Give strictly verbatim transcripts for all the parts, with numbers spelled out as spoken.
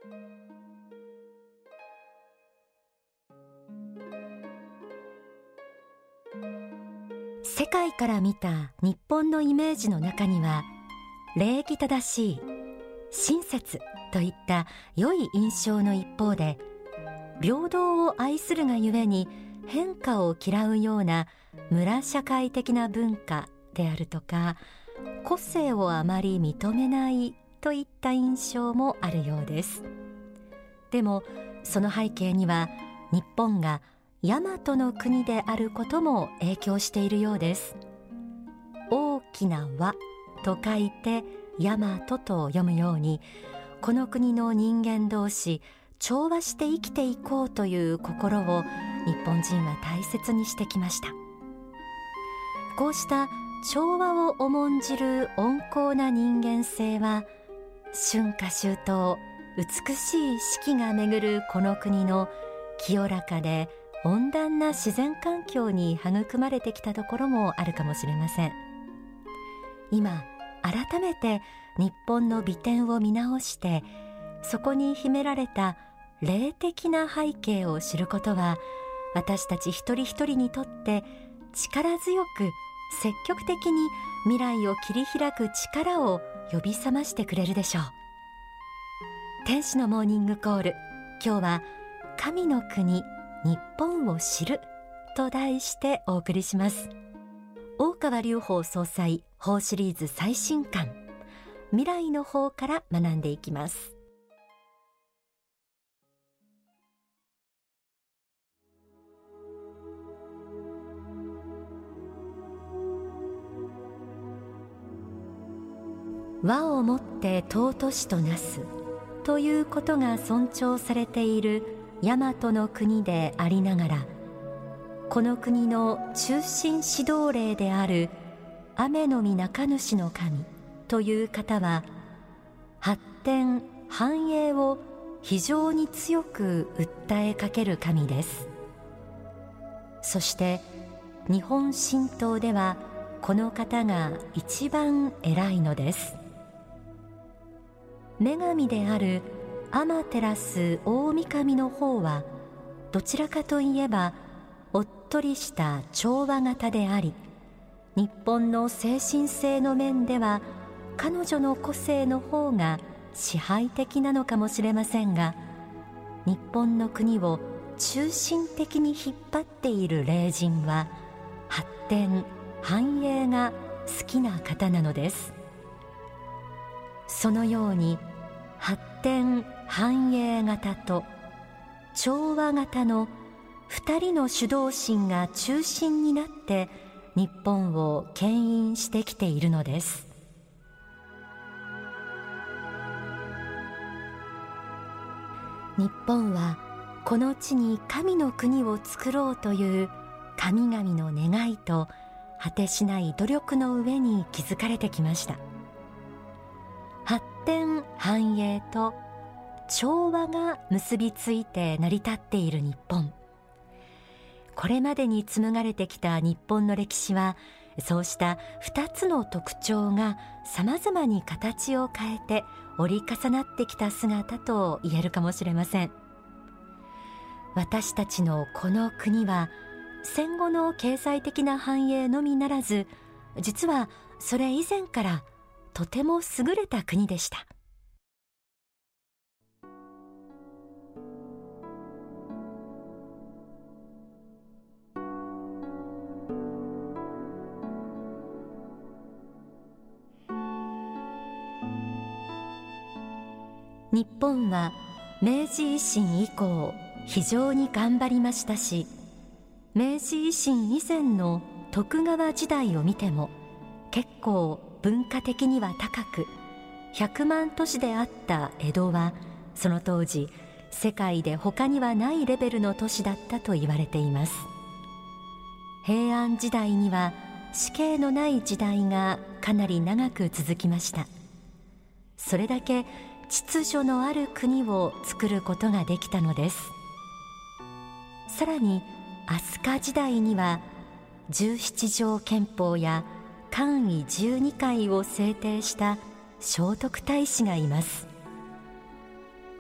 世界から見た日本のイメージの中には、礼儀正しい、親切といった良い印象の一方で、平等を愛するがゆえに変化を嫌うような村社会的な文化であるとか、個性をあまり認めないといった印象もあるようです。でもその背景には、日本が大和の国であることも影響しているようです。大きな和と書いて大和と読むように、この国の人間同士調和して生きていこうという心を日本人は大切にしてきました。こうした調和を重んじる温厚な人間性は、春夏秋冬美しい四季が巡るこの国の清らかで温暖な自然環境に育まれてきたところもあるかもしれません。今改めて日本の美点を見直して、そこに秘められた霊的な背景を知ることは、私たち一人一人にとって力強く積極的に未来を切り開く力を呼び覚ましてくれるでしょう。天使のモーニングコール、今日は神の国日本を知ると題してお送りします。大川隆法総裁法シリーズ最新刊、未来の法から学んでいきます。和をもって尊しとなすということが尊重されている大和の国でありながら、この国の中心指導霊である雨の御中主の神という方は、発展繁栄を非常に強く訴えかける神です。そして日本神道ではこの方が一番偉いのです。女神である天照大神の方は、どちらかといえばおっとりした調和型であり、日本の精神性の面では彼女の個性の方が支配的なのかもしれませんが、日本の国を中心的に引っ張っている霊人は発展繁栄が好きな方なのです。そのように発展繁栄型と調和型の二人の主導心が中心になって日本を牽引してきているのです。日本はこの地に神の国を作ろうという神々の願いと果てしない努力の上に築かれてきました。発展繁栄と調和が結びついて成り立っている日本。これまでに紡がれてきた日本の歴史は、そうした二つの特徴がさまざまに形を変えて折り重なってきた姿と言えるかもしれません。私たちのこの国は戦後の経済的な繁栄のみならず、実はそれ以前からとても優れた国でした。日本は明治維新以降非常に頑張りましたし、明治維新以前の徳川時代を見ても結構文化的には高く、ひゃくまん都市であった江戸はその当時世界で他にはないレベルの都市だったと言われています。平安時代には死刑のない時代がかなり長く続きました。それだけ秩序のある国を作ることができたのです。さらに飛鳥時代には十七条憲法や簡位十二回を制定した聖徳太子がいます。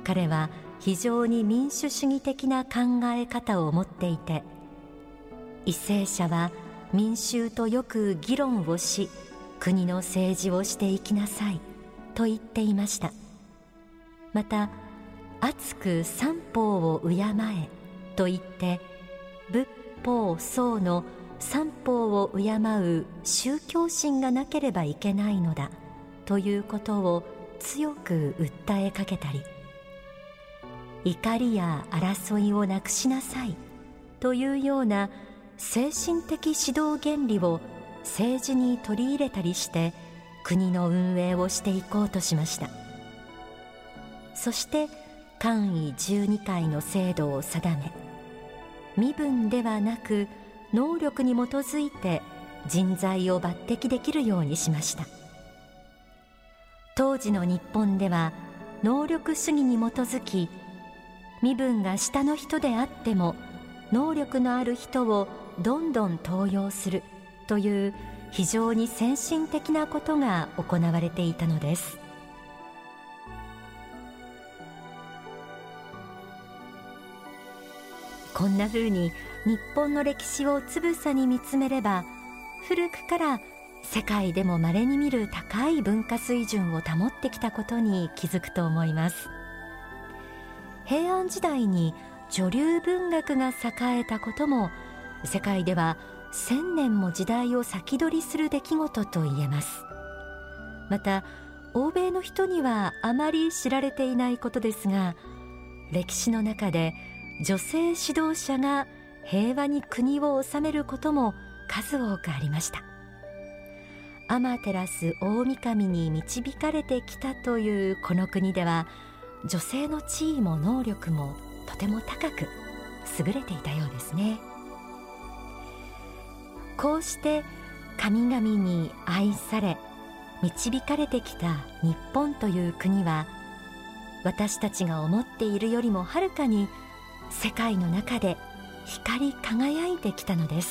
彼は非常に民主主義的な考え方を持っていて、為政者は民衆とよく議論をし、国の政治をしていきなさいと言っていました。また、厚く三法を敬えと言って、仏法僧の三法を敬う宗教心がなければいけないのだということを強く訴えかけたり、怒りや争いをなくしなさいというような精神的指導原理を政治に取り入れたりして、国の運営をしていこうとしました。そして官位じゅうにかいの制度を定め、身分ではなく能力に基づいて人材を抜擢できるようにしました。当時の日本では能力主義に基づき、身分が下の人であっても能力のある人をどんどん登用するという非常に先進的なことが行われていたのです。こんなふうに日本の歴史をつぶさに見つめれば、古くから世界でも稀に見る高い文化水準を保ってきたことに気づくと思います。平安時代に女流文学が栄えたことも、世界では千年も時代を先取りする出来事と言えます。また、欧米の人にはあまり知られていないことですが、歴史の中で女性指導者が平和に国を治めることも数多くありました。天照大神に導かれてきたというこの国では、女性の地位も能力もとても高く優れていたようですね。こうして神々に愛され導かれてきた日本という国は、私たちが思っているよりもはるかに世界の中で光り輝いてきたのです。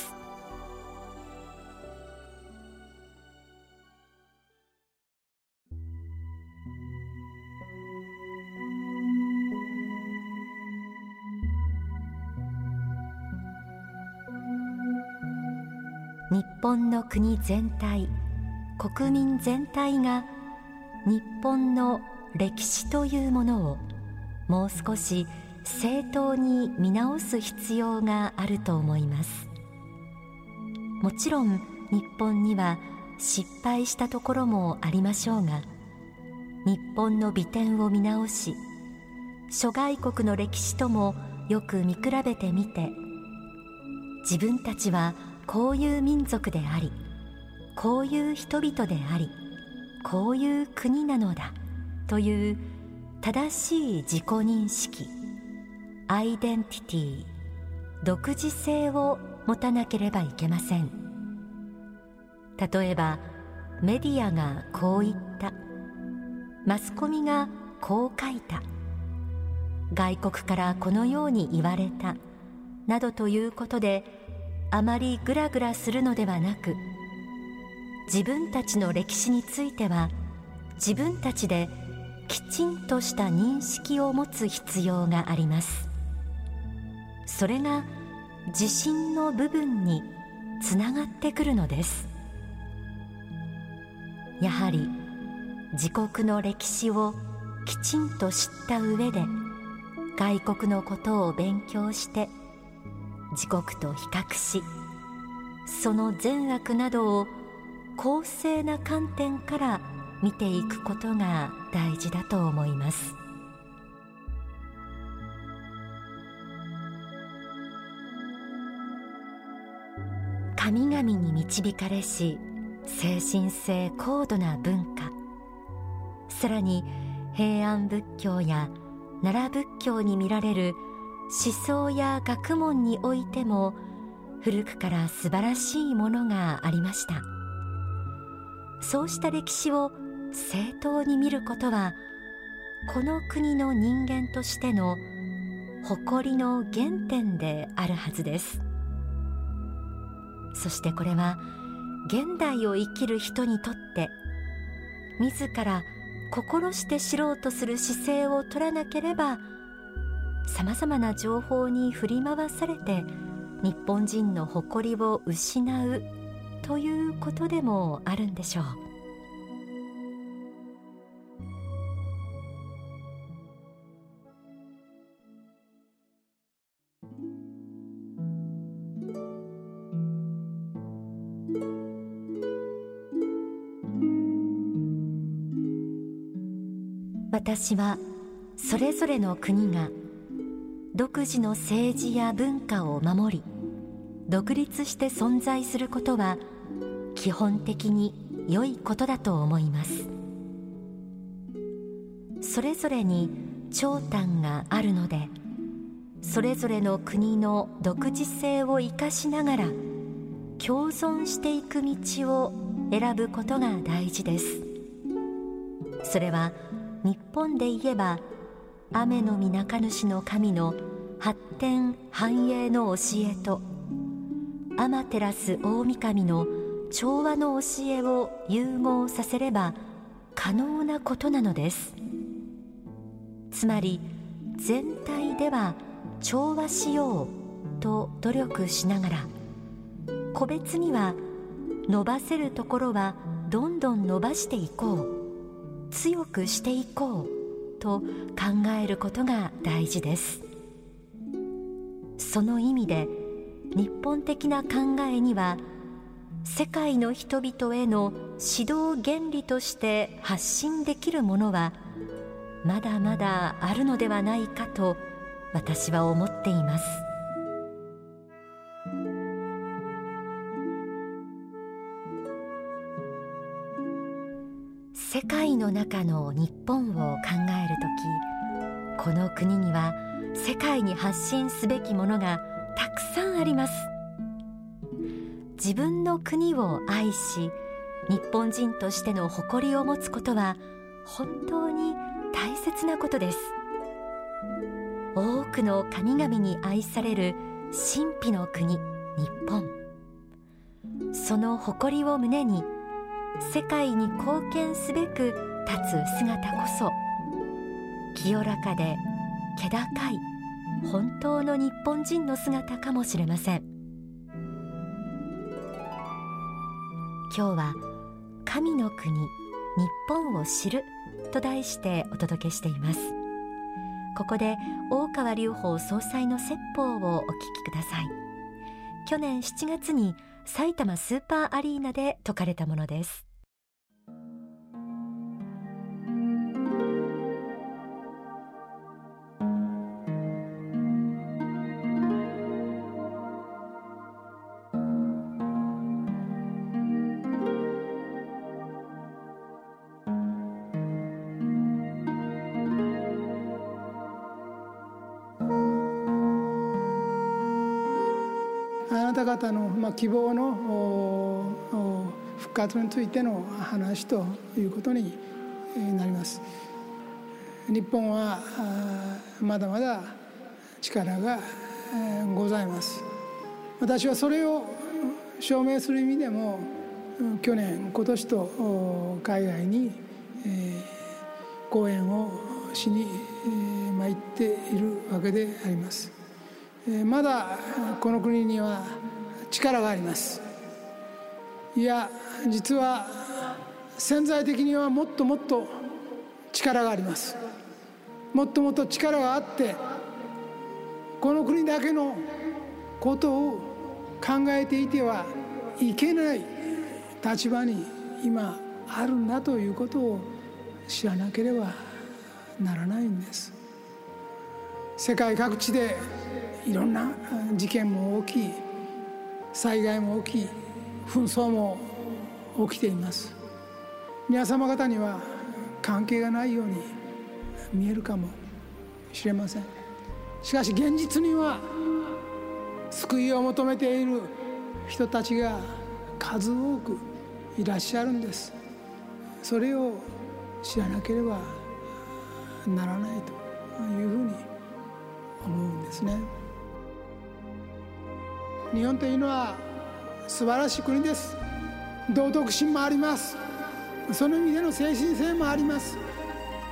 日本の国全体、国民全体が日本の歴史というものをもう少し正当に見直す必要があると思います。もちろん日本には失敗したところもありましょうが、日本の美点を見直し、諸外国の歴史ともよく見比べてみて、自分たちはこういう民族であり、こういう人々であり、こういう国なのだという正しい自己認識、アイデンティティ、独自性を持たなければいけません。例えばメディアがこう言った、マスコミがこう書いた、外国からこのように言われたなどということで、あまりグラグラするのではなく、自分たちの歴史については自分たちできちんとした認識を持つ必要があります。それが自信の部分につながってくるのです。やはり自国の歴史をきちんと知った上で、外国のことを勉強して自国と比較し、その善悪などを公正な観点から見ていくことが大事だと思います。神々に導かれし精神性高度な文化、さらに平安仏教や奈良仏教に見られる思想や学問においても古くから素晴らしいものがありました。そうした歴史を正当に見ることは、この国の人間としての誇りの原点であるはずです。そしてこれは現代を生きる人にとって、自ら心して知ろうとする姿勢を取らなければ、さまざまな情報に振り回されて日本人の誇りを失うということでもあるんでしょう。私はそれぞれの国が独自の政治や文化を守り独立して存在することは基本的に良いことだと思います。それぞれに長短があるので、それぞれの国の独自性を生かしながら共存していく道を選ぶことが大事です。それは日本で言えば天の御中主の神の発展繁栄の教えと天照大神の調和の教えを融合させれば可能なことなのです。つまり全体では調和しようと努力しながら、個別には伸ばせるところはどんどん伸ばしていこう、強くしていこうと考えることが大事です。その意味で日本的な考えには、世界の人々への指導原理として発信できるものはまだまだあるのではないかと私は思っています。世界の中の日本を考えるとき、この国には世界に発信すべきものがたくさんあります。自分の国を愛し、日本人としての誇りを持つことは本当に大切なことです。多くの神々に愛される神秘の国、日本。その誇りを胸に世界に貢献すべく立つ姿こそ、清らかで気高い本当の日本人の姿かもしれません。今日は神の国日本を知ると題してお届けしています。ここで大川隆法総裁の説法をお聞きください。去年しちがつに埼玉スーパーアリーナで説かれたものです。 あなた方の、まあ、希望の復活についての話ということになります。日本はまだまだ力がございます。私はそれを証明する意味でも去年今年と海外に講演をしに参っているわけであります。まだこの国には力があります。いや、実は潜在的にはもっともっと力があります。もっともっと力があって、この国だけのことを考えていてはいけない立場に今あるんだということを知らなければならないんです。世界各地でいろんな事件も起き、災害も起き、紛争も起きています。皆様方には関係がないように見えるかもしれません。しかし現実には救いを求めている人たちが数多くいらっしゃるんです。それを知らなければならないというふうに思うんですね。日本というのは素晴らしい国です。道徳心もあります。その意味での精神性もあります。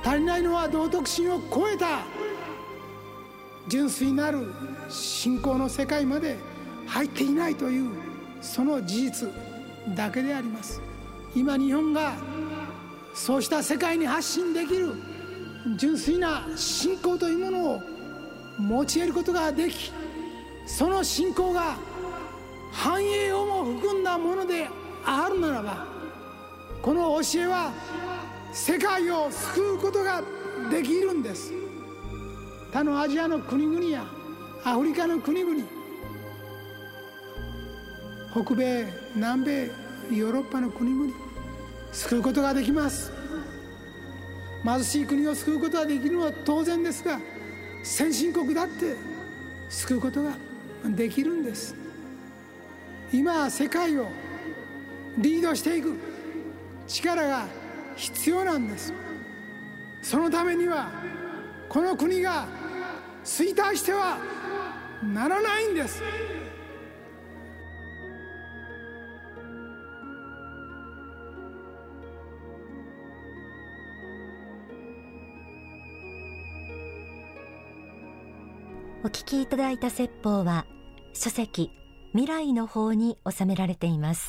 足りないのは道徳心を超えた純粋なる信仰の世界まで入っていないというその事実だけであります。今日本がそうした世界に発信できる純粋な信仰というものを持ち得ることができ、その信仰が繁栄をも含んだものであるならば、この教えは世界を救うことができるんです。他のアジアの国々やアフリカの国々、北米、南米、ヨーロッパの国々、救うことができます。貧しい国を救うことができるのは当然ですが、先進国だって救うことができるんです。今世界をリードしていく力が必要なんです。そのためにはこの国が衰退してはならないんです。 お聞きいただいた説法は書籍未来の法に収められています。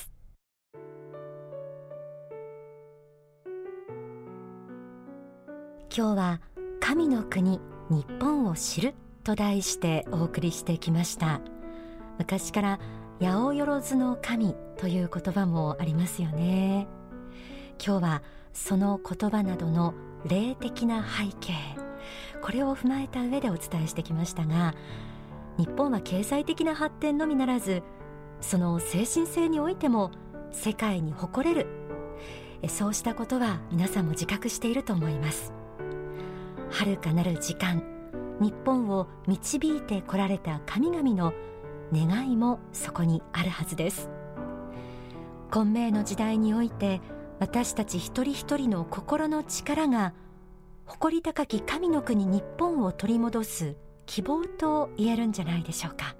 今日は神の国日本を知ると題してお送りしてきました。昔から八百万の神という言葉もありますよね。今日はその言葉などの霊的な背景、これを踏まえた上でお伝えしてきましたが、日本は経済的な発展のみならず、その精神性においても世界に誇れる、そうしたことは皆さんも自覚していると思います。遥かなる時間、日本を導いてこられた神々の願いもそこにあるはずです。混迷の時代において、私たち一人一人の心の力が誇り高き神の国日本を取り戻す希望と言えるんじゃないでしょうか。